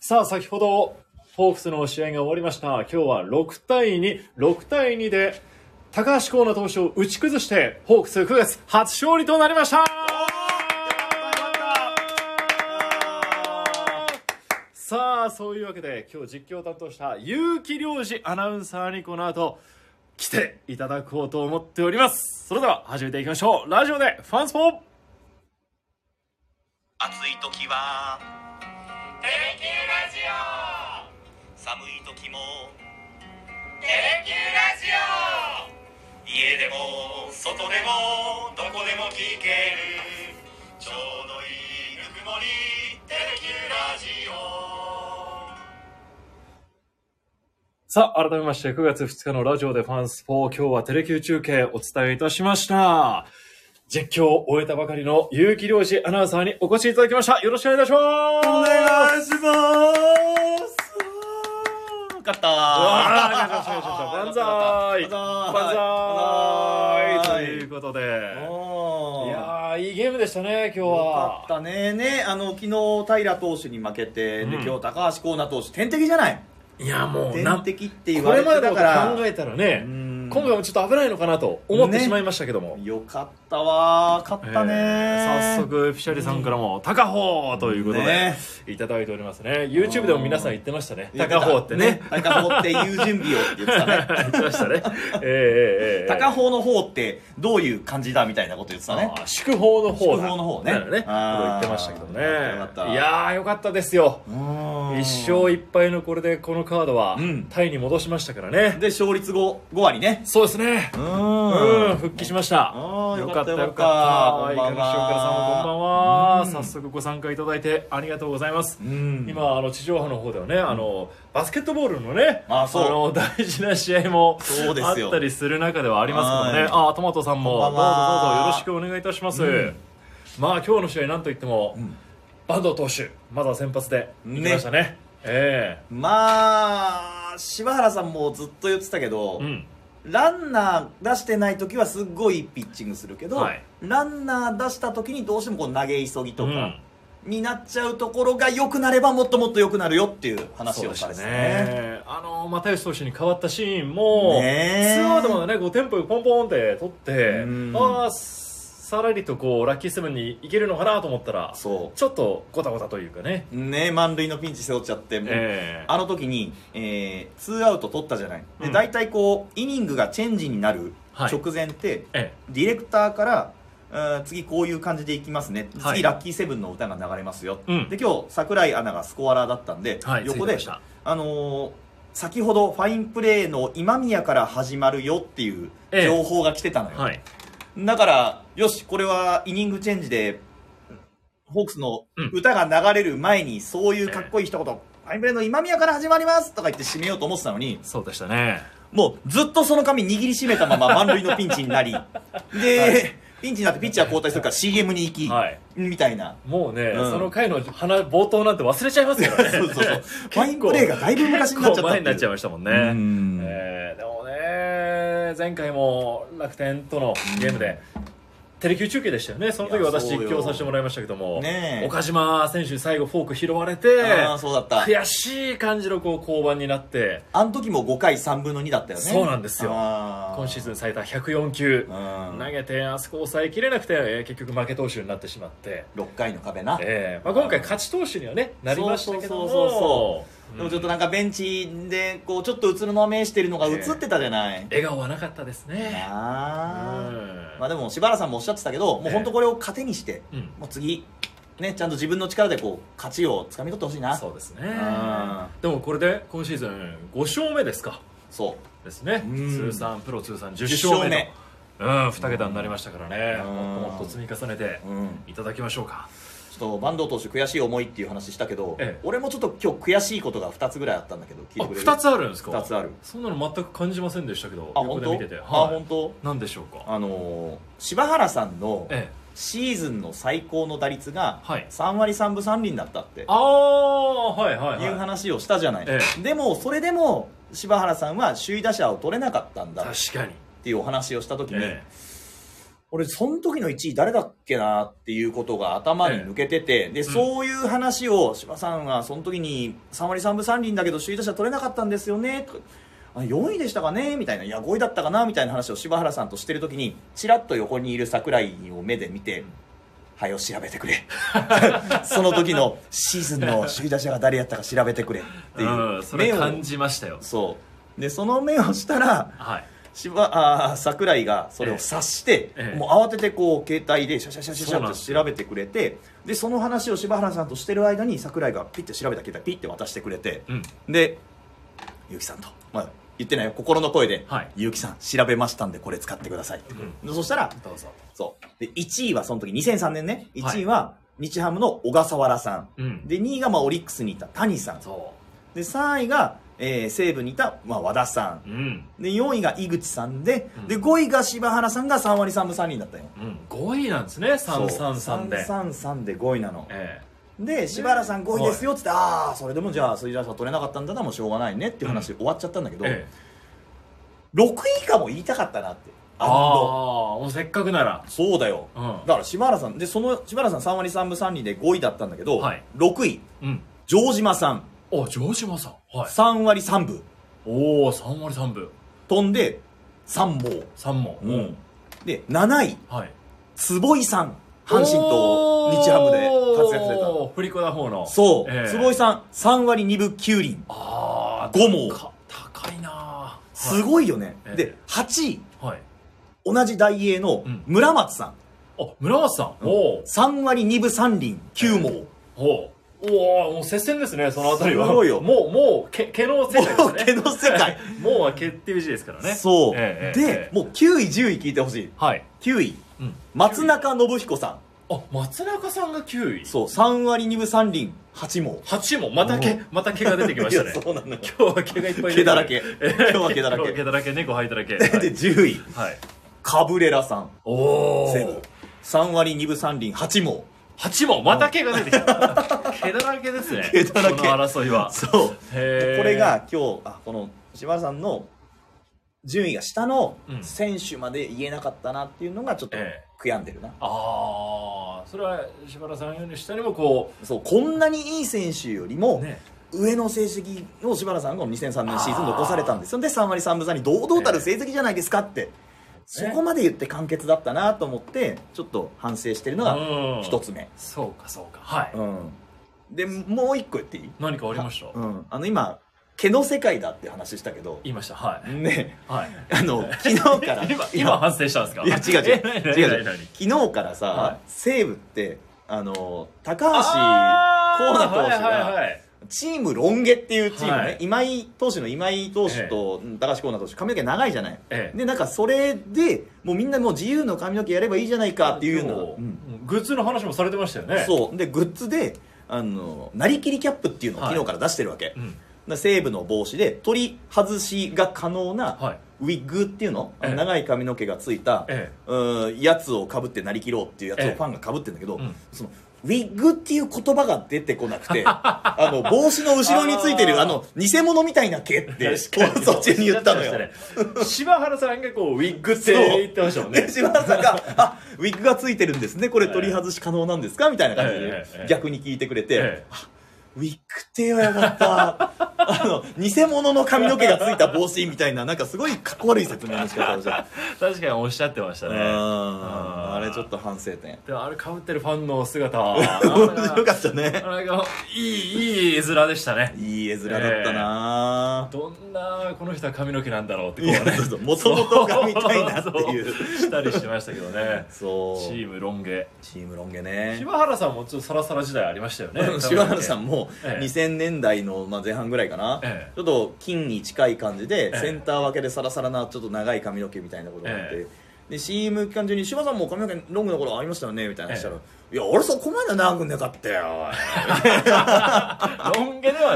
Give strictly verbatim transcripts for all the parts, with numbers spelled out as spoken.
さあ、先ほど、ホークスの試合が終わりました。今日はろくたいに、ろくたいにで、高橋光成投手を打ち崩して、ホークスくがつ初勝利となりました。さあ、そういうわけで、今日実況を担当した結城良二アナウンサーにこの後、来ていただこうと思っております。それでは始めていきましょう。ラジオでファンスポ。 暑い時はテレキューラジオ、 寒い時もテレキューラジオ、 家でも外でもどこでも聞けるちょうどいいぬくもりテレキューラジオ。 さあ、改めましてくがつふつかのラジオでファンスポ、今日はテレキュー中継お伝えいたしました。実況を終えたばかりの結城良二アナウンサーにお越しいただきました。よろしくお願いいたします。 お願いします。よかったー。 万歳万歳ということで、いやー、いいゲームでしたね、今日は。 よかったね。ね、あの、昨日、平投手に負けて、で、今日、高橋光成投手、天敵じゃない。 いや、もう、 天敵って言われてこれまでのたから。 考えたらね、今回もちょっと危ないのかなと思ってしまいましたけども、 ね、よかったわ、勝ったね、 えー、早速フィシャリさんからも高穂ということで、ね、いただいておりますね。 YouTube でも皆さん言ってましたね、高穂ってね、 高穂っていう準備をって言ってたね言ってましたね、えーえー、 高穂の方ってどういう感じだみたいなこと言ってたね。 祝砲の方だ、 祝砲の方ね、 ね、言ってましたけどね。 よかった。 いやー、よかったですよ。いっしょういっぱいのこれでこのカードはタイに戻しましたからね。 で、勝率 5, ご割ね。 そうですね。うん、復帰しました。よかったよかった。こんばんは。いかの塩辛さんもこんばんは。早速ご参加いただいてありがとうございます。今、あの地上波の方ではね、あのバスケットボールのね、あの大事な試合もあったりする中ではありますけどね。あ、トマトさんもどうぞどうぞよろしくお願いいたします。まあ今日の試合なんといっても坂東投手、まだ先発でいきましたね。ええ、 まあ柴原さんもずっと言ってたけど、うん、ランナー出してない時はすっごいピッチングするけど、はい、ランナー出した時にどうしてもこう投げ急ぎとかになっちゃうところが良くなればもっともっと良くなるよっていう話をしたんですね。 あの又吉投手に変わったシーンもツーアウトまでね、こうテンポよくポンポンって取って、ああさらりとこうラッキーセブンにいけるのかなと思ったら、そうちょっとゴタゴタというかね、 ね、満塁のピンチ背負っちゃって、えー、あの時に、えー、ツーアウト取ったじゃない。で、うん、大体こうイニングがチェンジになる直前って、はい、えー、ディレクターから次こういう感じでいきますね、はい、次ラッキーセブンの歌が流れますよ、うん、で今日櫻井アナがスコアラーだったんで、はい、横で、あのー、先ほどファインプレーの今宮から始まるよっていう情報が来てたのよ、えーはい、だからよし、これはイニングチェンジでホークスの歌が流れる前にそういうかっこいい一言、えー、ファインプレーの今宮から始まりますとか言って締めようと思ってたのに、 そうでしたね、 もうずっとその髪握りしめたまま満塁のピンチになりで、はい、ピンチになってピッチャー交代するから シーエム に行き、はい、みたいな。 もうね、うん、その回の花冒頭なんて忘れちゃいますからねそうそうそうファインプレーがだいぶ昔になっちゃったっていう、 前になっちゃいましたもんね。うん、えー、でもね、前回も楽天とのゲームでテレキュー中継でしたよね。その時私実況させてもらいましたけども、ね、岡島選手に最後フォーク拾われて、 あ、そうだった、 悔しい感じのこう降板になって、 あの時もごかいさんぶんのにだったよね。 そうなんですよ。今シーズン最多ひゃくよんきゅう投げて、あそこ抑えきれなくて、えー、結局負け投手になってしまって、 ろっかいの壁な、 えーまあ、今回勝ち投手には、ね、なりましたけども、そうそうそうそうでもちょっとなんかベンチでこうちょっとうつるの目してるのが映ってたじゃない、えー、 笑顔はなかったですね。 あ、うん、まあでも柴原さんもおっしゃってたけど、もう本当これを糧にして、えー、もう次ね、ちゃんと自分の力でこう勝ちをつかみ取ってほしいな。 そうですね。でもこれで今シーズンごしょうめですか。 そうですね、通算プロ通算じゅっしょうめと、うん、に桁になりましたからね、もっともっと積み重ねていただきましょうか。 ちょっと坂東投手悔しい思いっていう話したけど、ええ、俺もちょっと今日悔しいことがふたつぐらいあったんだけど、聞いてくれる？ ふたつあるんですか？ ふたつある。 そんなの全く感じませんでしたけど、 あ、本当？ 見てて、はい、 あ、本当？ 何でしょうか？ あのー、柴原さんのシーズンの最高の打率がさんわりさんぶさんりんだったって、 ああ、はいはいはい、 いう話をしたじゃない、 ええ、 でもそれでも柴原さんは首位打者を取れなかったんだ確かにっていうお話をした時に、ええ、 俺その時のいちい誰だっけなっていうことが頭に抜けてて、ええ、で、うん、そういう話を柴さんはその時にさんわりさんぶさんりんだけど首位打者取れなかったんですよねとか、あよんいでしたかねみたいな、いやごいだったかなみたいな話を柴原さんとしてる時にチラッと横にいる櫻井を目で見て、はよ調べてくれその時のシーズンの首位打者が誰やったか調べてくれっていう、 うん、それ感じましたよ。 そうでその目をしたら、はい、あ櫻井がそれを察して、ええ、もう慌ててこう携帯でシャシャシャシャシャって調べてくれて、でその話を柴原さんとしてる間に櫻井がピッて調べた携帯ピッて渡してくれて、うん、で結城さんと、まあ、言ってないよ心の声で、はい、結城さん調べましたんでこれ使ってくださいって、うん、そしたらどうぞそうでいちいはその時にせんさんねんねいちいは日ハムの小笠原さん、うん、でにいがまあオリックスにいた谷さん、そうでさんいがえー、西武にいた、まあ、和田さん、うん、でよんいが井口さんで、うん、でごいが柴原さんがさんわりさんぶさんりんだったよ、 うん、ごいなんですねさんさんさんでさんさんさんでごいなの、えー、で柴原さんごいですよっつって、ね、ああそれでもじゃあ水打者取れなかったんだなもうしょうがないねっていう話で終わっちゃったんだけど、うんえー、ろくい以下も言いたかったなって。 ああもうせっかくならそうだよ、うん、だから柴原さんでその柴原さんさんわりさんぶさんりんでごいだったんだけど、はい、ろくい、うん、城島さんあ城島さん、 はい、さんわりさんぶおおさんわりさんぶ飛んでさんぼうさんぼう、うん、 でなない、はい、坪井さん阪神と日ハムで活躍してた振り子な方のそう、えー、坪井さんさんわりにぶきゅうりんああごもう高いなすごいよね、はい、ではちい、はい、同じ大英の村松さん、 うん、あ村松さん、うん、おさんわりにぶさんりんきゅうもう、 えー、おおおもう接戦ですねそのあたりはすごいよもうもう毛毛の世界ですねもう毛の世界もうは毛っていう字ですからねそう、えー、で、えー、もうきゅういじゅうい聞いてほしい、はい、きゅうい、うん、松中信彦さんあ松中さんがきゅういそうさんわりにぶさんりんはちもうはちもうまた毛また毛が出てきましたねそうなの今日は毛がいっぱい出て毛だらけ今日は毛だらけ毛だらけ猫吐いただけでじゅうい、はい、カブレラさんおおさんわりにぶさんりんはちもうはちもまた毛が出てきた毛だらけですね毛だらけこの争いはそうこれが今日あこの柴原さんの順位が下の選手まで言えなかったなっていうのがちょっと悔やんでるな、えー、 ああそれは柴原さんより下にもこうそうこんなにいい選手よりも、ね、上の成績を柴原さんがにせんさんねんシーズン残されたんですよでさんわりさんぶさんに堂々たる成績じゃないですかって、えーそこまで言って完結だったなと思ってちょっと反省してるのが一つ目、うん、 そうかそうかはい、うん、 でもう一個言っていい何かありました、 うん、あの今毛の世界だって話したけど言いましたはいね、 はい、 あの昨日から今, 今反省したんですかいや違う違う違う違う昨日からさ、はい、西武ってあの高橋光成投手が、はいはいはいチームロン毛っていうチームね、はい、今井投手の今井投手と高橋光成投手髪の毛長いじゃない、ええ、でなんかそれでもうみんなもう自由の髪の毛やればいいじゃないかっていうの、 うん、グッズの話もされてましたよねそうでグッズであのなりきりキャップっていうのを昨日から出してるわけ、はいうん、西武の帽子で取り外しが可能な、はいウィッグっていうの、ええ、長い髪の毛がついた、ええ、うやつをかぶってなりきろうっていうやつをファンがかぶってるんだけど、ええうん、そのウィッグっていう言葉が出てこなくてあの帽子の後ろについてるあの偽物みたいな毛ってそっちに言ったのよ、ね、 柴原さんがこうウィッグって言ってましたもんね柴原さんがあウィッグがついてるんですねこれ取り外し可能なんですかみたいな感じで逆に聞いてくれて、ええええウィッグって言えばよかったあの偽物の髪の毛がついた帽子みたいななんかすごいかっこ悪い説明の仕方をした確かにおっしゃってましたねああれちょっと反省点でもあれ被ってるファンの姿はよかったねあれがいいいい絵面でしたねいい絵面だったな、 えー、どんなこの人は髪の毛なんだろうってこうねもともとが見たいなっていうしたりしてましたけどねそうチームロン毛チームロン毛ね柴原さんもちょっとサラサラ時代ありましたよね柴原さんもにせんねんだいのまあ前半ぐらいかな、ええ、ちょっと金に近い感じで、ええ、センター分けでサラサラなちょっと長い髪の毛みたいなことがあって、ええ、で シーエム 期間中に柴さんも髪の毛ロングの頃ありましたよねみたいな話したら、ええ、いや俺そこまで長くなかったよロン毛ではないロン毛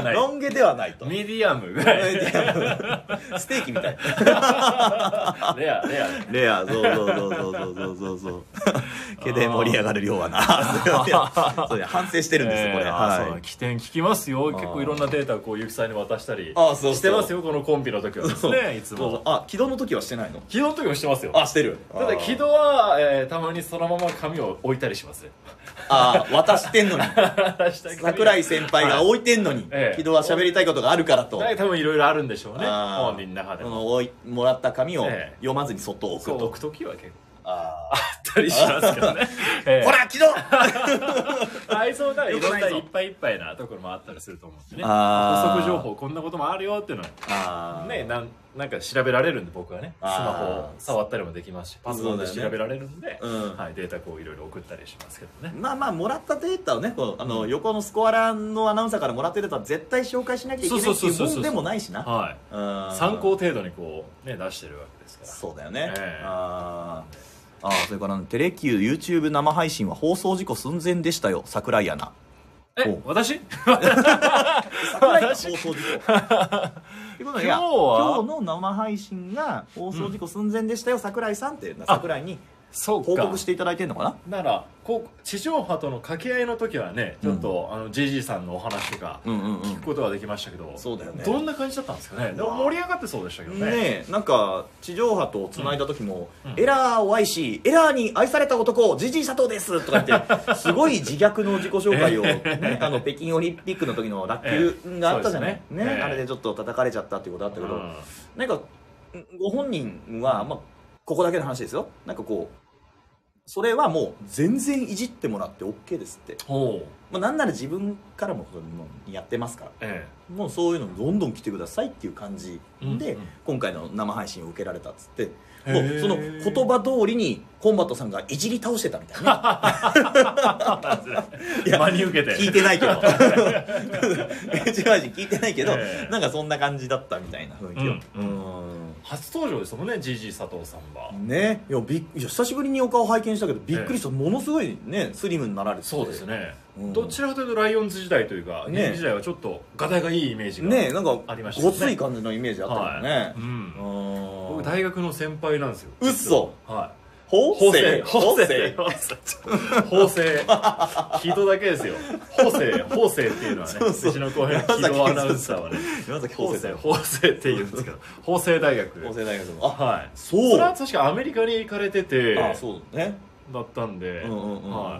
げではないと。 ミディアムぐらい。 ミディアムステーキみたい。 レアレアレア、そうそうそうそうそうそうそう。毛で盛り上がる量はな。そうね、反省してるんですよこれ。 はい。起点聞きますよ。結構いろんなデータをこうゆきさんに渡したりしてますよ、このコンビの時はですね。いつも。 あ、起動の時はしてないの？ 起動の時もしてますよ。 あ、してる。 ただ起動はたまにそのまま紙を置いたりします。 ああ、渡してんのに。桜井先輩が置いてんのに、木戸は喋りたいことがあるからと。 多分いろいろあるんでしょうね、本人の中でも。 もらった紙を読まずにそっと置くと。 置く時は結構あったりしますけどね。 ほら、木戸。 あいそうだ、いろんないっぱいいっぱいなところもあったりすると思うんでね。補足情報、こんなこともあるよっていうのはね、なんなんか調べられるんで、僕はね、スマホを触ったりもできますし、パソコンで調べられるんで、はい、データこういろいろ送ったりしますけどね。 まあまあ、もらったデータをね、こうあの横のスコアラのアナウンサーからもらってるデータは絶対紹介しなきゃいけないっていうもんでもないしな。 はい。参考程度にこうね出してるわけですから。 そうだよね。ああ、それからテレキュー YouTube 生配信は放送事故寸前でしたよ、桜井アナ。 え、私？ 桜井アナ放送事故。今日は今日の生配信が放送事故寸前でしたよ、桜井さんって桜井に報告していただいてるのかな。 ならこう地上波との掛け合いの時はね、ちょっと、うん、あの ジェージー さんのお話とか聞くことができましたけど、 そうだよね。 どんな感じだったんですかね。でも盛り上がってそうでしたけどね。 ねえ、なんか地上波とつないだ時も、うん、エラーを愛しエラーに愛された男 ジェージー 佐藤ですとか言ってすごい自虐の自己紹介を、ね、あの北京オリンピックの時の卓球があったじゃない、えー、ね、ね、あれでちょっと叩かれちゃったっていうことあったけど、うん、なんかご本人は、まあ、ここだけの話ですよ、なんかこうそれはもう全然いじってもらって OK ですって。まあなんなら自分からもやってますから、ええ、もうそういうのどんどん来てくださいっていう感じで、うんうん、今回の生配信を受けられたっつって、もうその言葉通りにコンバットさんがいじり倒してたみたいな。 いや、真に受けて聞いてないけどメッチ配信聞いてないけど、えー、なんかそんな感じだったみたいな雰囲気を、うん、うん初登場ですもんね、ジージー 佐藤さんはね。いや、びいや久しぶりにお顔拝見したけどびっくりした、えー、ものすごいねスリムになられてて。 そうですね、うん、どちらかというとライオンズ時代というか、ね、現役時代はちょっとガタイがいいイメージがね、なんかありましたね。 ごつい感じのイメージあったからね、はい、うん、 僕大学の先輩なんですよ。 うっそ。 はい。 法政法政法政木戸だけですよ。法政法政っていうのはね、うちの後輩の木戸アナウンサーはね、 山崎法政法政って言うんですけど、法政大学、 法政大学の、あ、はい、そう。それは確かアメリカに行かれてて、 あ、そうね、 だったんで、はい、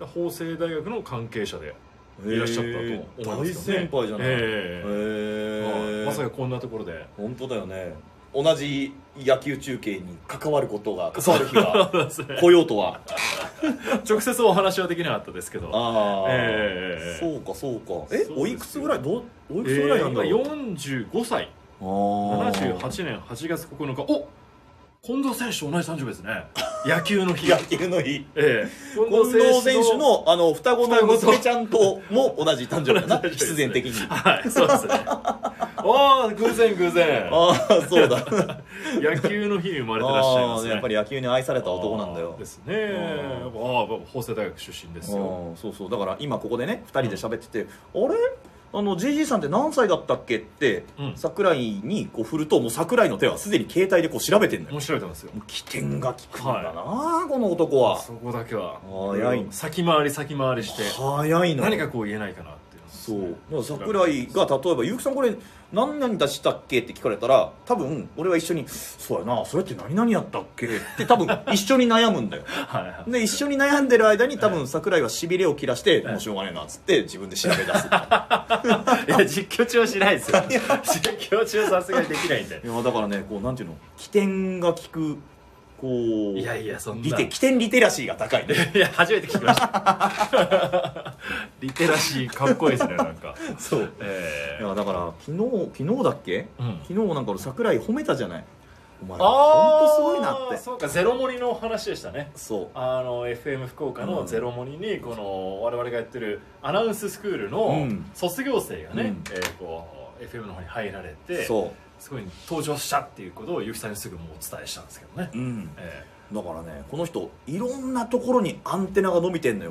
法政大学の関係者でいらっしゃったと思いますけどね。 大先輩じゃない。 ええ、まさかこんなところで。 本当だよね。同じ野球中継に関わることが関わる日が来ようとは直接お話はできなかったですけど。ああ、 えー、そうかそうか。え、おいくつぐらい、どおいくつぐらいなんだろう。 えー、今よんじゅうごさい。ななじゅうはちねんはちがつここのか。お、近藤選手と同じ誕生日ですね。野球の日。 野球の日。 ええ、 近藤選手のあの双子の娘ちゃんとも同じ誕生日だな。必然的に。 はい、そうですね。ああ、偶然偶然。 ああ、そうだ。 野球の日に生まれてらっしゃいますね。 やっぱり野球に愛された男なんだよ。 ですね。ああ、法政大学出身ですよ。 そうそう。だから今ここでね、ふたりで喋ってて、あれ？あの ジェージー さんって何歳だったっけって、うん、桜井にこう振ると、もう桜井の手はすでに携帯でこう調べてんだよ。 もう調べてますよ。 起点が利くんだな、はい、この男は。 そこだけは早い。 先回り先回りして早いの。 何かこう言えないかなっていう。 そう。桜井が例えば「ゆうきさんこれ何々出したっけ?」って聞かれたら、多分俺は一緒に「そうやな、それって何々やったっけ?」って多分一緒に悩むんだよ。はいはい、で一緒に悩んでる間に多分桜井はしびれを切らして「もうしょうがねえな」っつって自分で調べ出す。いや実況中はしないですよ。実況中はさすがにできないんで。 いやだからね、こうなんていうの、起点が利く、こう、 いやいや、そんな起点リテラシーが高いね。 いや、初めて聞きました。リテラシーかっこいいですね、なんか。 そう、えー、いやだから昨日昨日だっけ、うん、昨日なんか俺桜井褒めたじゃない。お前本当すごいなって。 そうか、ゼロモニの話でしたね。 そう、 あの エフエム 福岡のゼロモニにこの我々がやってるアナウンススクールの卒業生がね、うん、えー、こう エフエム の方に入られて、そうすごい登場したっていうことをゆきさんにすぐもうお伝えしたんですけどね、うん、えー、だからね、この人いろんなところにアンテナが伸びてんのよ。も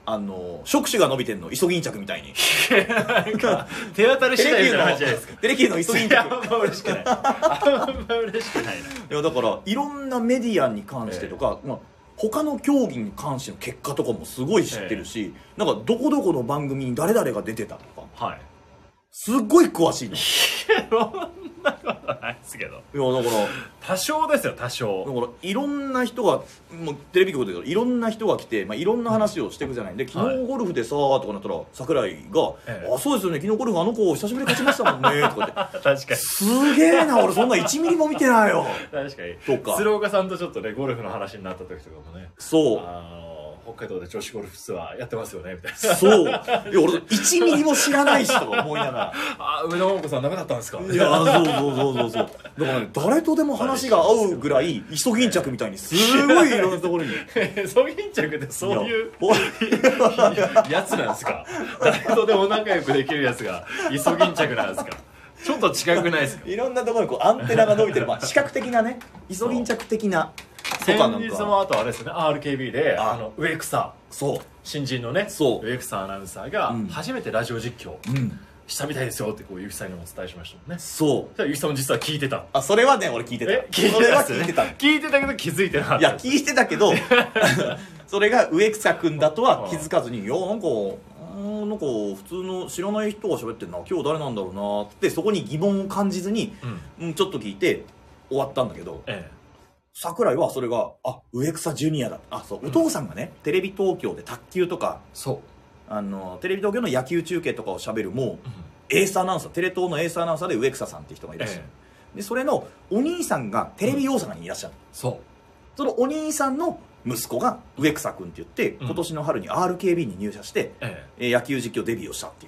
あの触手が伸びてんの、イソギンチャクみたいになんか手当たり次第みたいな感じじゃないですか。 テレキューのイソギンチャクあんま嬉しくないあんま嬉しくないな。いやだからいろんなメディアに関してとか、えーまあ、他の競技に関しての結果とかもすごい知ってるし、えー、なんかどこどこの番組に誰々が出てたとか、はい、すっごい詳しいの。 そんなことないですけど。 いやだから多少ですよ、多少。 だからいろんな人がもうテレビ局でいろんな人が来て、まあ、いろんな話をしていくじゃない。で昨日ゴルフでさーとかなったら櫻井が「ええ、あそうですよね、昨日ゴルフあの子久しぶりに勝ちましたもんね」とかって確かにすげえな、俺そんないちミリも見てないよ確かに。 とか鶴岡さんとちょっとねゴルフの話になった時とかもね、 そうあの北海道で女子ゴルフツアーやってますよねみたいな。 そういや俺いちミリも知らないしとか思いながらあ上田桃子さんダメだったんですか。 いやそうそうそうそうそうだからね、誰とでも話が合うぐらいイソギンチャクみたいにすごいいろんなところにイソギンチャクってそういうやつなんですか。誰とでも仲良くできるやつがイソギンチャクなんですか。ちょっと近くないですか。 いろんなところにこうアンテナが伸びてる、まあ視覚的なねイソギンチャク的な。 先日もあとあれですね アールケービー であの植草、 そう新人のねそう植草アナウンサーがうん初めてラジオ実況うんしたみたいですよってこうゆきさんにもお伝えしましたもんね。 そうゆきさんも実は聞いてた。 あそれはね俺聞いてた。 え聞いてたそれは聞いてた。 聞いてたけど気づいてなかった。 いや聞いてたけどそれが植草くんだとは気づかずに「いやなんかうんなんか普通の知らない人が喋ってんな、今日誰なんだろうな」ってそこに疑問を感じずに、うん、ちょっと聞いて終わったんだけど、ええ桜井はそれが「あ植草ジュニアだ」あそう、うん、お父さんがねテレビ東京で卓球とかそうあのテレビ東京の野球中継とかをしゃべるもう、うん、エースアナウンサーテレ東のエースアナウンサーで植草さんっていう人がいらっしゃる、ええ、でそれのお兄さんがテレビ大阪にいらっしゃる、うん、そうそのお兄さんの息子が植草君って言って、うん、今年の春に アールケービー に入社して、ええ、野球実況デビューをしたっていう、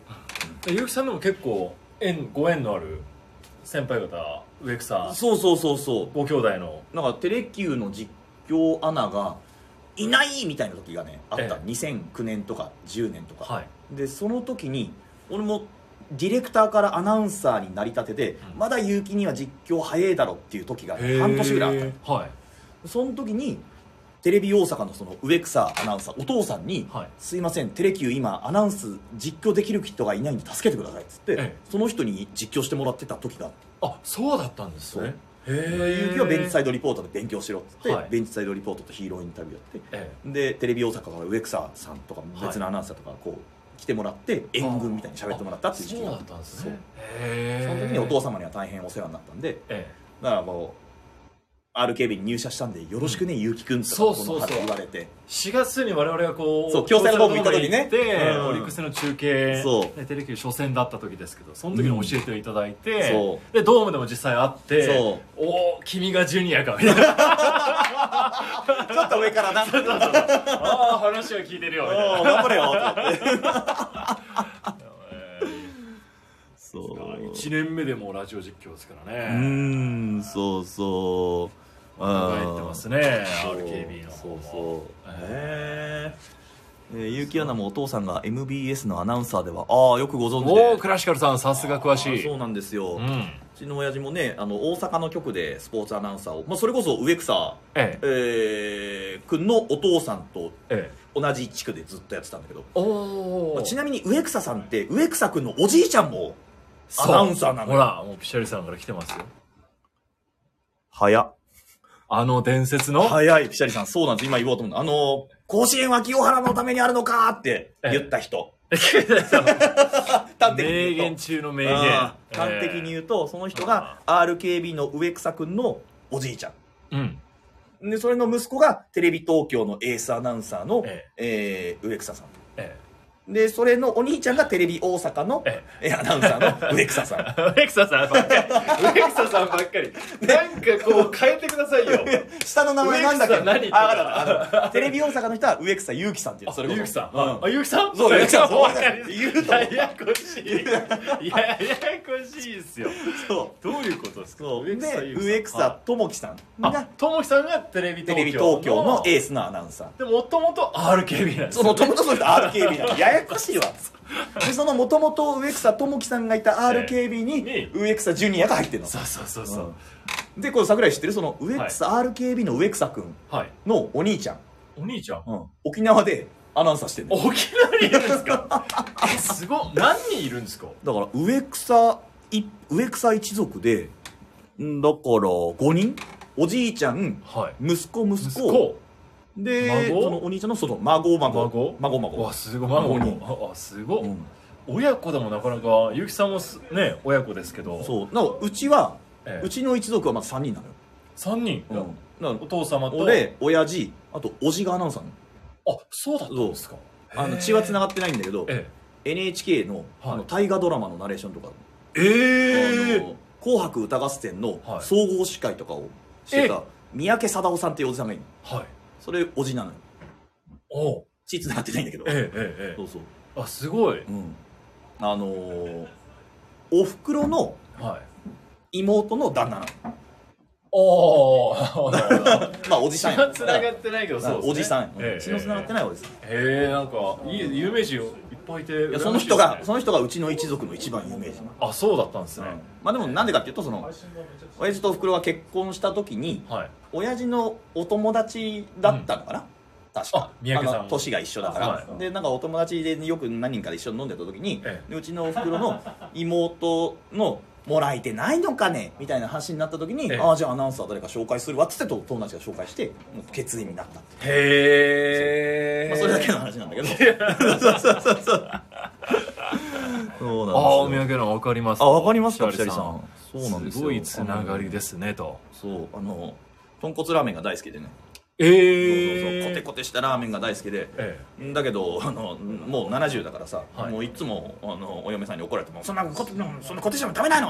うん、結城さんでも結構縁ご縁のある先輩方植草そうそうそうそうご兄弟のなんかテレキューの実況アナがいないみたいな時がねあった、ええ、にせんきゅうねんとかじゅうねんとか、はい、でその時に俺もディレクターからアナウンサーになりたてで、うん、まだ結城には実況早いだろっていう時が半年ぐらいあった、はい、その時にテレビ大阪のその植草アナウンサーお父さんに、はい、すいませんテレキュー今アナウンス実況できる人がいないんで助けてくださいっつって、ええ、その人に実況してもらってた時があそうだったんですね。 結城はベンチサイドリポートで勉強しろっつって、はい、ベンチサイドリポートとヒーローインタビューやって、ええ、でテレビ大阪から植草さんとか別のアナウンサーとかこう来てもらって援軍みたいに喋ってもらったっていう時期があったんですね。その時にお父様には大変お世話になったんで、ええ、だからもうアールケービー に入社したんでよろしくね、うん、結城くんとかこの春言われてしがつに我々がこうそう京セラドーム行った時ねで、うん、オリックスの中継そう、ね、テレキュー初戦だった時ですけどその時に教えていただいて、うん、でドームでも実際会ってそうおお君がジュニアかみたいなちょっと上からなそうそうそうああ話は聞いてるよみたいな頑張れよってそういちねんめでもラジオ実況ですからね。 うーんそうそう考えてますね アールケービー のそうそうへえ結城アナもお父さんが エムビーエス のアナウンサーではああよくご存知でおおクラシカルさんさすが詳しい。 そうなんですよ、うん、うちの親父もねあの大阪の局でスポーツアナウンサーを、まあ、それこそ植草、えええー、君のお父さんと同じ地区でずっとやってたんだけど、お、まあ、ちなみに植草さんって植草君のおじいちゃんもアナウンサーなのよ。 ほらもうピシャリさんから来てますよ。 早っあの伝説の早いピシャリさんそうなんです今言おうと思うあの甲子園は清原のためにあるのかって言った人名言中の名言端的に言うとその人が アールケービー の植草くんのおじいちゃん、うん、でそれの息子がテレビ東京のエースアナウンサーの、えええー、植草さん、ええでそれのお兄ちゃんがテレビ大阪のえアナウンサーの植草さん植草さんばっかり植草さんばっかりなんかこう変えてくださいよ下の名前なんだっけ何言ってあテレビ大阪の人は植草祐樹さんっていうそれこそ祐樹さん、うん、あ祐樹さんそう祐樹さんそう言うとややこしいややこしいですよそうどういうことですか。 で植草智樹さんが智樹さんがテレビ東京のエースのアナウンサーでもともと アールケービー なんですよもともとそうです アールケービー なんですややこしいわでそのもともと植草智樹さんがいた アールケービー に植草ジュニアが入ってるの。 そうそうそうそう、 うん、でこれ桜井知ってるその植草、はい、アールケービー の植草くんのお兄ちゃんお兄ちゃん、 うん、沖縄でアナウンサーしてんの。 沖縄にいるんですか？え、すごい。何人いるんですか？ だから植草い植草一族でんだからごにん、おじいちゃん、はい、息子息子、息子で孫そのお兄ちゃんのその孫孫孫孫孫わすごい孫孫あすごい、うん、親子でもなかなか結城さんもね親子ですけど、 そうなうちは、ええ、うちの一族はまずさんにんなのよ。 さんにん、うん、お父様と俺親父あと叔父がアナウンサーなの。あそうだったんですか。 あの血はつながってないんだけど、ええ、エヌエイチケー の、はい、あの大河ドラマのナレーションとか、 えー、 あの紅白歌合戦の総合司会とかをしてた三宅貞夫さんっていうおじさんがいるの、はい、それおじなのよ。 おう血つながってないんだけど、 ええええ、そうそう、あすごい、うん、 あのー、おふくろの妹の旦那なの。 おおまあおじさんや。 血はつながってないけどそうですね。 おじさん、血のつながってないおじさん。 へえ、なんかいい有名人いっぱいいて、 いやその人がその人がうちの一族の一番有名人。 あそうだったんですね。 まあでもなんでかっていうとその親父とおふくろが結婚した時に親父のお友達だったのかな。確か三宅さん年が一緒だから、はい、でなんかお友達でよく何人かで一緒に飲んでた時に、ええ、うちのおふくろの妹のもらえてないのかねみたいな話になった時に、ええ、ああじゃあアナウンサー誰か紹介するわっつって友達が紹介して決意になったって。 へえ、 まあ、それだけの話なんだけどそうそうそうそうそうなんですよ。 ああ三宅の分かります。 あ分かりますか、ピシャリさん。 そうなんですよ。すごいつながりですねと。 そうあの豚骨ラーメンが大好きでね。 えー、 そうそうそうコテコテしたラーメンが大好きで、ええ、だけどあのもうななじゅうだからさ、はい、もういつもあのお嫁さんに怒られてもそんなコテそんなコテじゃ食べないの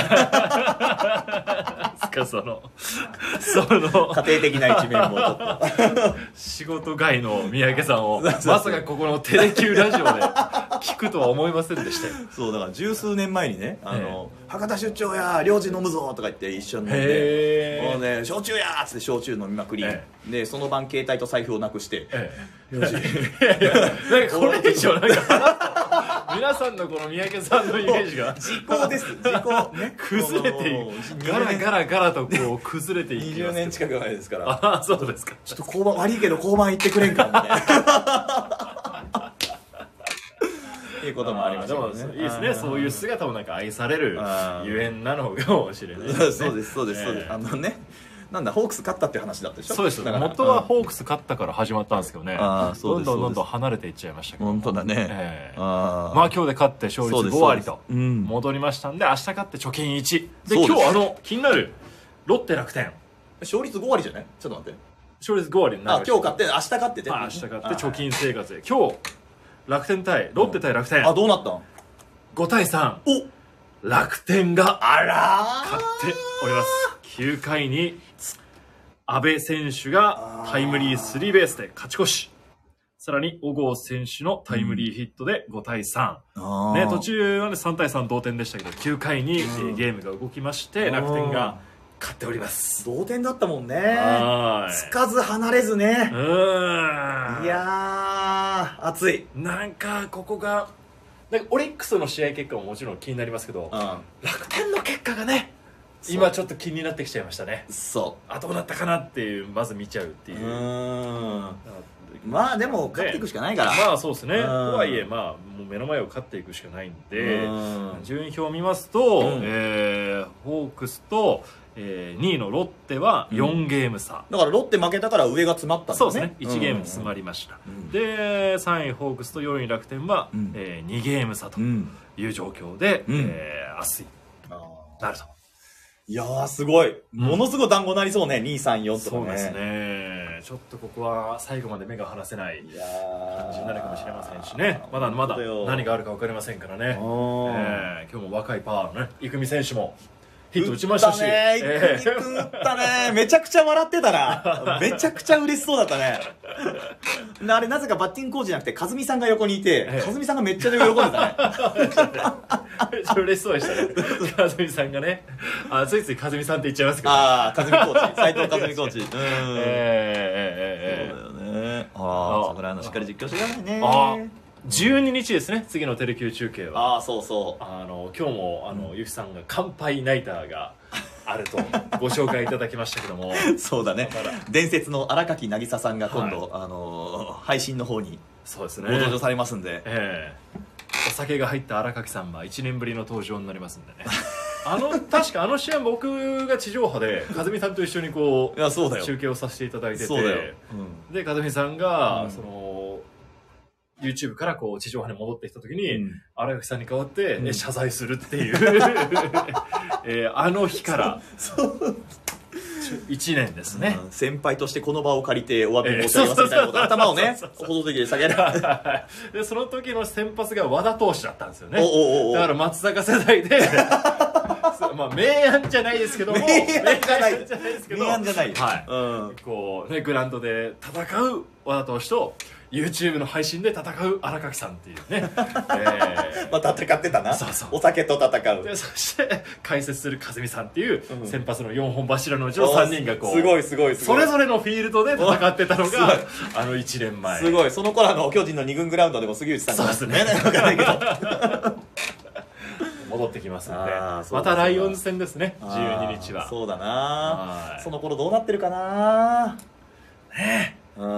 かそのその家庭的な一面もちょっと仕事外の三宅さんをまさかここのテレキューラジオで聞くとは思いませんでしたよ。 そうだから十数年前にねあの、えー、博多出張や領事飲むぞとか言って一緒に飲んでもうね焼酎やっつって焼酎飲みまくり、えー、でその晩携帯と財布をなくして、ええ、領事いやいやなんかこれ以上なんか皆さんのこの三宅さんのイメージが時効です時効、ね、 崩れていくガラガラガラとこう崩れていきます。 にじゅうねん近く前ですから。 ああそうですか。 ちょっと交番悪いけど交番行ってくれんかみたいなっていうこともありましたね。 でもいいですね、そういう姿もなんか愛されるゆえんなのかもしれないですね。 そうですそうですそうです、あのねなんだホークス勝ったって話だったでしょ。 そうです。元はホークス勝ったから始まったんですけどね、どんどんどんどん離れていっちゃいましたけど。 本当だね、 えー、あまあ今日で勝って勝率ごわりと戻りましたんで、明日勝って貯金いちで、今日あの気になるロッテ楽天勝率ごわりじゃない。ちょっと待って、 勝率ごわりになる。 あ今日勝って明日勝ってて、 明日勝って貯金生活で今日楽天対ロッテ対楽天、 あどうなったん。 ごたいさん、 お楽天があら勝っております。きゅうかいに阿部選手がタイムリースリーベースで勝ち越し、さらに小郷選手のタイムリーヒットでごたいさん、ね、途中は、ね、さんたいさん同点でしたけどきゅうかいにゲームが動きまして楽天が勝っております。 同点だったもんね。つかず離れずね。うんいやー熱い。 なんかここがなんかオリックスの試合結果ももちろん気になりますけど、楽天の結果がね今ちょっと気になってきちゃいましたね。 そうあどうなったかなっていうまず見ちゃうっていう。うんまあでも勝っていくしかないから、 まあそうですね。とはいえまあもう目の前を勝っていくしかないんで、順位表を見ますと、うんえー、ホークスと、えー、にいのロッテはよんゲーム差、 うん、だからロッテ負けたから上が詰まったんだね。 そうですねいちゲーム詰まりました、うん、でさんいホークスとよんい楽天は、うんえー、にゲーム差という状況で、うんえー、明日なると。 いやーすごい、ものすごい団子なりそうね、にさんよんとかね。 そうですね。ちょっとここは最後まで目が離せない感じになるかもしれませんしね。まだまだ何があるか分かりませんからね、えー、今日も若いパワーのね生見選手もヒット打ちましたし、 打ったねー、生見君打ったねーめちゃくちゃ笑ってたなめちゃくちゃ嬉しそうだったねあれなぜかバッティングコーチじゃなくて和美さんが横にいて、ええ、和美さんがめっちゃ喜んでたねめっちゃ嬉しそうでしたね和美さんがね。あついつい和美さんって言っちゃいますけど、 ああ和美コーチ斉藤和美コーチうんえー、 えー、えー、 そうだよね。ああ桜のしっかり実況してくださいね。 あじゅうににちですね次のテレキュー中継は。 ああそうそうあの今日もあの、うん、ゆきさんが乾杯ナイターがあるとご紹介いただきましたけどもそうだね伝説の荒垣渚さんが今度、はい、あの配信の方にそうですね、 ご登場されますんで、 ええ、お酒が入った荒垣さんはいちねんぶりの登場になりますんでねあの確かあの試合僕が地上波で和美さんと一緒にこう、 いやそうだよ中継をさせていただいてて、 そうだよ、 うん、で和美さんが、うん、そのYouTube からこう地上波に戻ってきた時に、うん、荒垣さんに代わって、うん、謝罪するっていう、えー、あの日からいちねんですね、 うん、先輩としてこの場を借りてお詫び申し上げますみたいなこと、頭をね放送的で下げるでその時の先発が和田投手だったんですよね。おおおお、だから松坂世代でまあ明暗じゃないですけども、 明暗じゃないですけど、 明暗じゃない、 はい、うん、こうねグラウンドで戦う和田投手とYouTube の配信で戦う荒垣さんっていうね、えー、 まあ戦ってたな。そうそう、お酒と戦う。 でそして解説する和美さんっていう先発のよんほん柱のうちのさんにんがこう、 すごいすごいすごい、 それぞれのフィールドで戦ってたのがあのいちねんまえ。 すごい、その頃あの巨人のに軍グラウンドでも杉内さんが、 そうですね、分からないけど戻ってきますので、またライオンズ戦ですね、じゅうににちは。 そうだな、その頃どうなってるかなねえ、うん、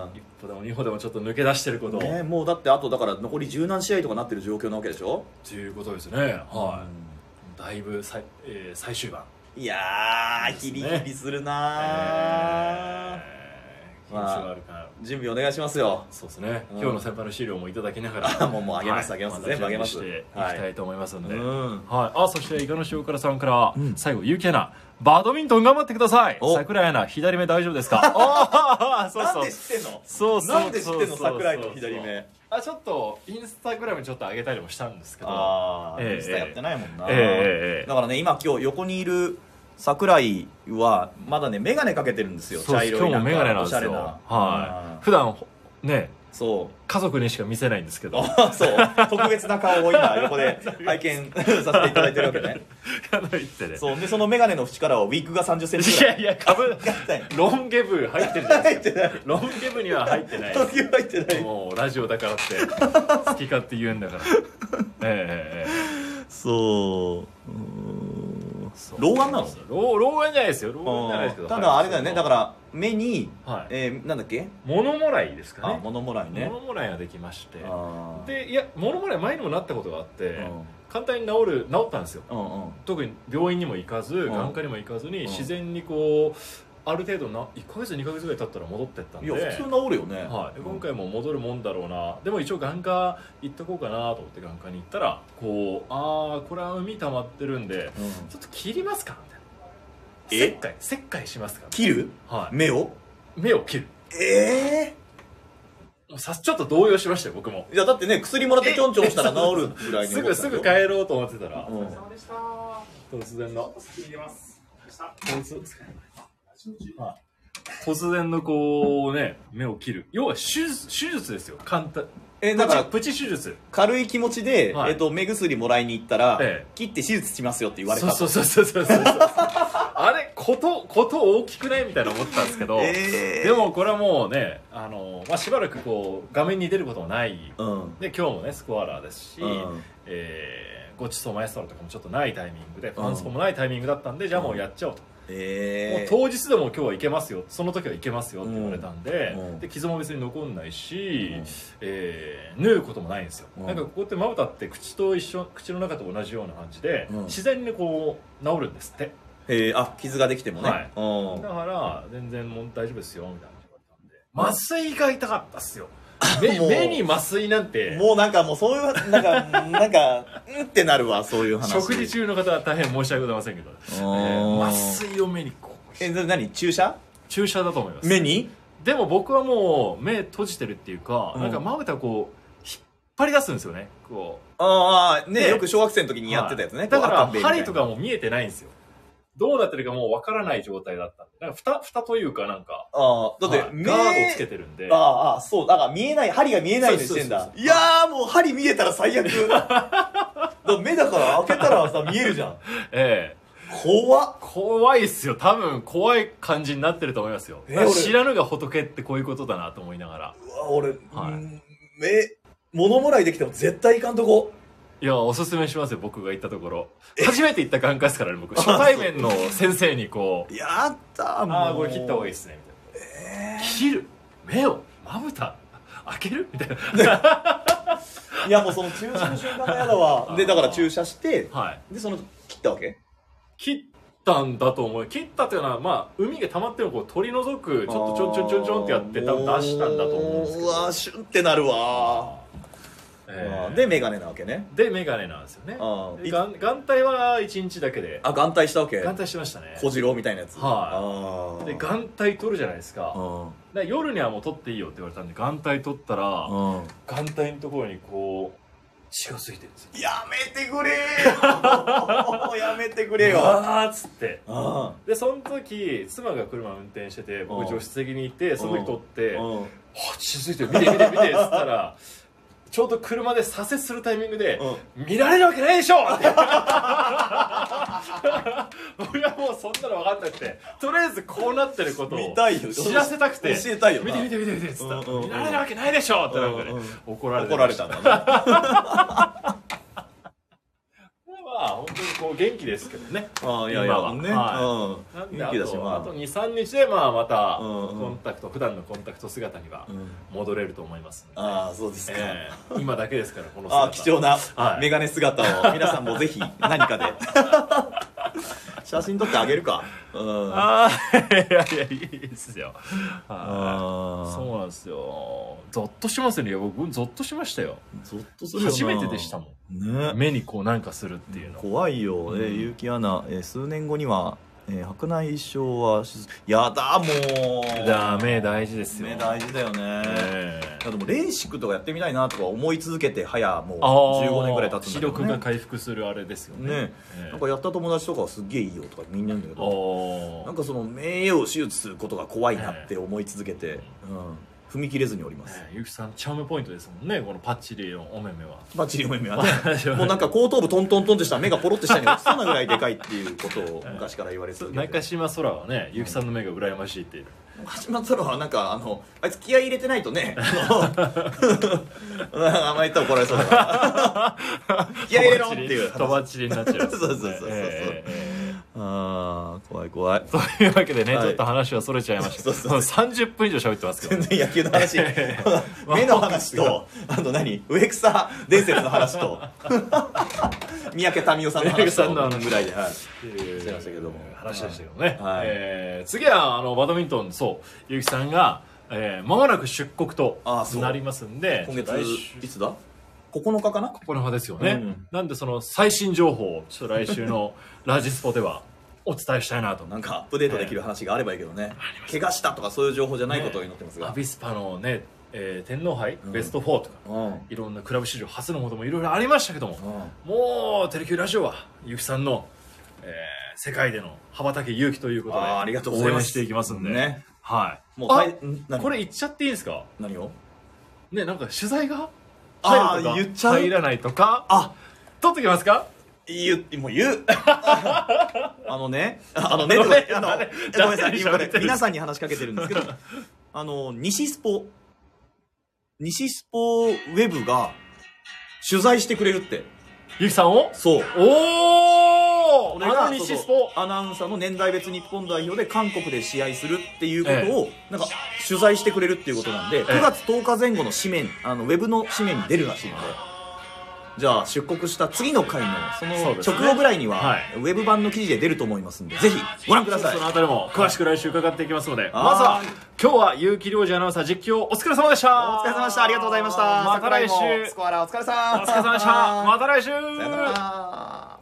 一歩でも二歩でもちょっと抜け出してることを、 ね、もうだってあとだから残り十何試合とかなってる状況なわけでしょということですね、はい、うん、だいぶ最、えー、最終盤。 いやー、ヒリヒリするなー、えー、まあ、準備お願いしますよ。 そうですね、うん、今日の先輩の資料もいただきながらもうもうあげます、はい、あげます、全部あげます、 していきたいと思いますので、はい、うん、はい、あ、そして伊賀の塩辛さんから、うん、最後結城アナバドミントン頑張ってください。桜井アナ左目大丈夫ですかあそうそう、 なんで知ってんの、 そうそう、 なんで知ってんの桜井の左目。 あ、ちょっとインスタグラムにちょっと上げたりもしたんですけど、 あ、えー、インスタやってないもんな、 えー、 だからね、今今日横にいる桜井はまだね眼鏡かけてるんですよ。茶色いなんかおしゃれな、 はい、普段ね、 そう家族にしか見せないんですけどそう特別な顔を今横で拝見させていただいてるわけねそうで、その眼鏡の縁からはウィッグがさんじゅっセンチぐらい、 いやいや、かぶロン毛部入ってるじゃないですか。ロン毛部には入ってないです。 ロン毛部入ってない、 もうラジオだからって好き勝手言うんだからええー、 そう、老眼なの？ 老老眼じゃないですよ。老眼じゃないですけど。 ただあれだよね。だから目に、はい、えー、なんだっけ？ 物もらいですかね。 あ、物もらいね。 物もらいができまして、で、いや物もらい前にもなったことがあって、うん、簡単に治る治ったんですよ。うんうん、特に病院にも行かず、眼科にも行かずに、うん、自然にこう。ある程度ないっかげつにかげつぐらい経ったら戻ってったんで、 いや普通治るよね、 はい、今回も戻るもんだろうな、でも一応眼科行っとこうかなと思って眼科に行ったら、こう、ああこれは海溜まってるんで、うん、ちょっと切りますかみたいな、切開切開しますか、 切る、はい、目を目を切る、 ええー、さちょっと動揺しましたよ僕も。 いやだってね、薬もらってちょんちょんしたら治るぐらいにすぐすぐ帰ろうと思ってたら、 お疲れ様でした。 突然の入れます。 はい、突然のこうね、目を切る、要は手術、手術ですよ、簡単。 えだからプチ手術、 軽い気持ちで、はい、えっと目薬もらいに行ったら、ええ、切って手術しますよって言われた。 そうそうそうそうそうそうあれことこと大きくないみたいな思ったんですけど、えー、でもこれはもうね、あの、まあ、しばらくこう画面に出ることもない、うん、で今日もねスコアラーですし、うん、えー、ごちそうマエストロとかもちょっとないタイミングで、ファンスポもないタイミングだったんで、じゃあもうやっちゃおうと。えー、もう当日でも今日は行けますよ、その時は行けますよって言われたんで、うん、で傷も別に残んないし、うん、えー、縫うこともないんですよ、うん、なんかここってまぶたって口と一緒、口の中と同じような感じで、うん、自然にこう治るんですって。 へえ、あ、傷ができてもね、はい、 うん、だから全然もう大丈夫ですよみたいな言われたんで、麻酔が痛かったっすよ。目, 目に麻酔なんてもうなんかもうそういうなんかなんかうんってなるわ、そういう話。 食事中の方は大変申し訳ございませんけど、えー、麻酔を目にこう、 え、何、注射注射だと思います。 目に。 でも僕はもう目閉じてるっていうか、うん、なんかまぶたこう引っ張り出すんですよね、こう。 ああね、よく小学生の時にやってたやつね、はい、 だから針とかも見えてないんですよ。どうなってるかもう分からない状態だったんで、なんか蓋、蓋というかなんか、 ああ、だって、はい、 ガードつけてるんで。 ああ、そう、だから見えない、針が見えないようにしてんだ。いやー、もう針見えたら最悪。だ目だから開けたらさ、見えるじゃん。 ええ。 怖っ。 怖いっすよ。多分怖い感じになってると思いますよ。えー、知らぬが仏ってこういうことだなと思いながら。 うわ、俺、はい、目、物もらいできても絶対いかんとこ。 いや、おすすめしますよ、僕が行ったところ。初めて行った眼科ですからね、僕。初対面の先生にこう。 やったー、もう。 ああ、これ切った方がいいっすね、みたいな。えー、切る目をまぶた開けるみたいな。 いやもうその駐車の瞬間が嫌だわ。でだから駐車して、はい、でその切ったわけ？ 切ったんだと思う。切ったっていうのはまあ海が溜まってるのをこう取り除く、ちょっとちょんちょんちょんちょんってやって多分出したんだと思うんですけど。 うわシュンってなるわ。えー、でメガネなわけね。 でメガネなんですよね。眼帯はいちにちだけで。 あ眼帯したわけ？ 眼帯してましたね。 小次郎みたいなやつ。 はい。で眼帯取るじゃないですか。で夜にはもう取っていいよって言われたんで眼帯取ったら眼帯のところにこう血がついてるんですよ。 やめてくれーやめてくれよあーっつって。でその時妻が車運転してて僕助手席にいてその時取って「はっ血ついてる見て見て見て」っつったらちょうど車で左折するタイミングで「見られるわけないでしょ!」って俺はもうそんなの分かんなくてとりあえずこうなってることを知らせたくて教えたいよ見て見て見て見てっつったら「見られるわけないでしょ!」ってなんかね怒られて怒られたんだねまあ本当にこう元気ですけどね。 ああいやいやね。 はい。なんであとあとにさんにちでまあまたコンタクト普段のコンタクト姿には戻れると思います。 ああそうですか。 今だけですからこの姿。 あ貴重なメガネ姿を皆さんもぜひ何かで写真撮ってあげるか。 ああいやいやいいですよ。そうなんですよ。ゾッとしますね。僕ゾッとしましたよ。 ゾッとするよな。 初めてでしたもん。ね、目にこうなんかするっていうの怖いよ、うん、えー、結城アナ、えー、数年後には、えー、白内障はやだもうだ目大事ですよ。 目大事だよね、えー、でもレーシックとかやってみたいなとか思い続けて早もうじゅうごねんぐらい経つんだけど、ね、 視力が回復するあれですよね。ね、 えー、なんかやった友達とかはすっげえいいよとかみんな言うんだけど、なんかその目を手術することが怖いなって思い続けて、えー、うん踏み切れずにおります。 ゆきさんチャームポイントですもんね、このパッチリのお目目は。 パッチリお目目はねもうなんか後頭部トントントンってしたら目がポロって下に落ちそうなぐらいでかいっていうことを昔から言われてる。 中島空はね、ゆきさんの目が羨ましいっていう。 中島空はなんかあのあいつ気合い入れてないとねあんまり言ったら怒られそうだから気合い入れろっていうとばっちりになっちゃうそうそうそうそうそう、ああ怖い怖いというわけでね、はい、ちょっと話はそれちゃいました。そうそうそうさんじゅっぷん以上喋ってますけど、 全然野球の話目の話とあと何植草伝説の話と三宅民夫さんの話とぐらいではいしてましたけども話でしたけどね、はい、えー、次はあのバドミントン、そうゆきさんが、えー、間もなく出国となりますんで、 今月いつだここのかかな、 ここのかですよね、うん、なんでその最新情報をちょっと来週のラジスポではお伝えしたいなと。 なんかアップデートできる話があればいいけどね、えー、怪我したとかそういう情報じゃないことを祈ってますが、 ね、アビスパのね、えー、天皇杯、うん、ベストフォーとか、うん、いろんなクラブ史上初のこともいろいろありましたけども、うん、もうテレキューラジオはゆきさんの、えー、世界での羽ばたけ勇気ということでありがとうございます、 応援していきますんで、 ね、 はい、 もうあこれ言っちゃっていいですか。 何をね、なんか取材が入るとか言っちゃう入らないとか、あ取ってきますか。 言うもう言うあのねあのねごめんなさい今皆さんに話しかけてるんですけどあの西スポ西スポウェブが取材してくれるってゆきさんを。 そうおお俺が西スポアナウンサーの年代別日本代表で韓国で試合するっていうことをなんか取材してくれるっていうことなんで、くがつとおかぜん後の紙面あのウェブの紙面に出るらしいので、じゃあ出国した次の回のその直後ぐらいにはウェブ版の記事で出ると思いますんで、ぜひご覧ください。 そのあたりも詳しく来週伺っていきますので、まずは今日は結城良二アナウンサー実況お疲れ様でした。 お疲れ様でした。ありがとうございました。 また来週。 スコアラお疲れさん。 お疲れ様でした。また来週。 さよなら。